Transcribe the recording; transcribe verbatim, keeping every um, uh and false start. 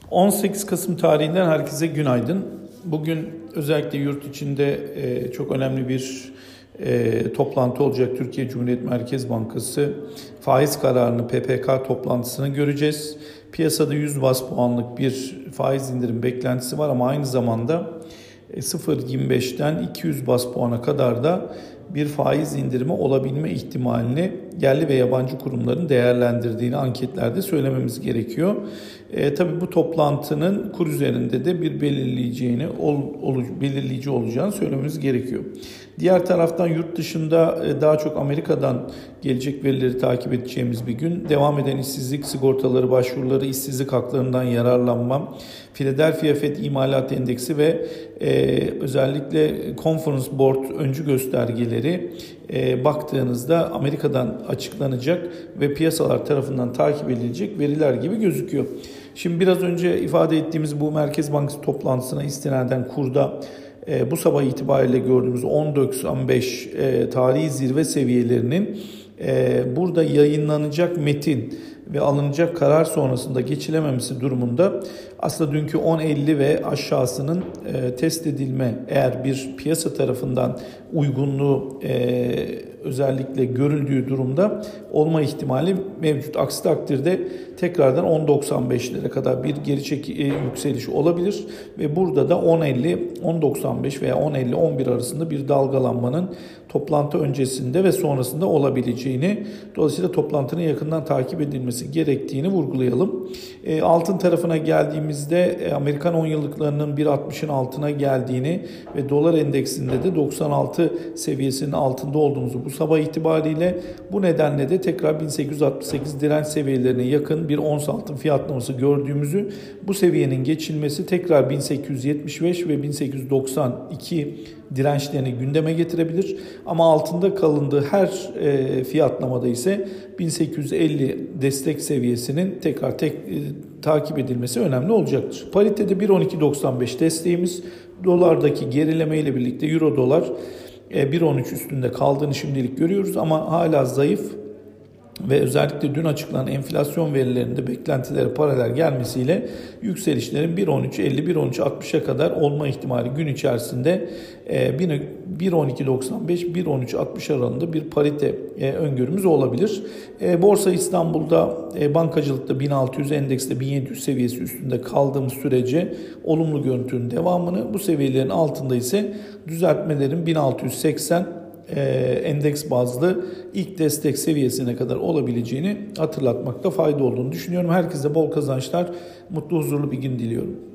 on sekiz Kasım tarihinden herkese günaydın. Bugün özellikle yurt içinde çok önemli bir toplantı olacak. Türkiye Cumhuriyet Merkez Bankası faiz kararını, P P K toplantısını göreceğiz. Piyasada yüz baz puanlık bir faiz indirim beklentisi var ama aynı zamanda sıfır virgül yirmi beşten iki yüz baz puana kadar da bir faiz indirimi olabilme ihtimalini yerli ve yabancı kurumların değerlendirdiğini anketlerde söylememiz gerekiyor. E, tabii bu toplantının kur üzerinde de bir belirleyeceğini, ol, ol, belirleyici olacağını söylememiz gerekiyor. Diğer taraftan yurt dışında e, daha çok Amerika'dan gelecek verileri takip edeceğimiz bir gün. Devam eden işsizlik sigortaları başvuruları, işsizlik haklarından yararlanma, Philadelphia Fed İmalat Endeksi ve e, özellikle Conference Board öncü göstergeleri e, baktığınızda Amerika'dan açıklanacak ve piyasalar tarafından takip edilecek veriler gibi gözüküyor. Şimdi biraz önce ifade ettiğimiz bu Merkez Bankası toplantısına istinaden kurda e, bu sabah itibariyle gördüğümüz on doksan beş e, tarihi zirve seviyelerinin e, burada yayınlanacak metin ve alınacak karar sonrasında geçilememesi durumunda aslında dünkü on elli ve aşağısının e, test edilme, eğer bir piyasa tarafından uygunluğu e, özellikle görüldüğü durumda olma ihtimali mevcut. Aksi takdirde tekrardan on doksan beşlere kadar bir geri çeki e, yükseliş olabilir ve burada da on elli on doksan beş veya on elli on bir arasında bir dalgalanmanın toplantı öncesinde ve sonrasında olabileceğini, dolayısıyla toplantının yakından takip edilmesi gerektiğini vurgulayalım. E, altın tarafına geldiğimizde e, Amerikan on yıllıklarının bir altmışın altına geldiğini ve dolar endeksinde de doksan altı seviyesinin altında olduğumuzu bu sabah itibariyle, bu nedenle de tekrar bin sekiz yüz altmış sekiz direnç seviyelerine yakın bir ons altın fiyatlaması gördüğümüzü, bu seviyenin geçilmesi tekrar bin sekiz yüz yetmiş beş ve bin sekiz yüz doksan iki dirençlerini gündeme getirebilir. Ama altında kalındığı her e, fiyatlamada ise bin sekiz yüz elli destek seviyesinin tekrar tek, e, takip edilmesi önemli olacaktır. Paritede bir on iki doksan beş desteğimiz, dolardaki gerileme ile birlikte euro dolar e, bir on üç üstünde kaldığını şimdilik görüyoruz ama hala zayıf. Ve özellikle dün açıklanan enflasyon verilerinde beklentilere paralel gelmesiyle yükselişlerin bir on üç elli bir on üç altmışa kadar olma ihtimali gün içerisinde bir on iki doksan beş bir on üç altmış aralığında bir parite öngörümüz olabilir. Borsa İstanbul'da bankacılıkta bin altı yüz, endekste bin yedi yüz seviyesi üstünde kaldığımız sürece olumlu görüntünün devamını, bu seviyelerin altında ise düzeltmelerin bin altı yüz seksen endeks bazlı ilk destek seviyesine kadar olabileceğini hatırlatmakta fayda olduğunu düşünüyorum. Herkese bol kazançlar, mutlu huzurlu bir gün diliyorum.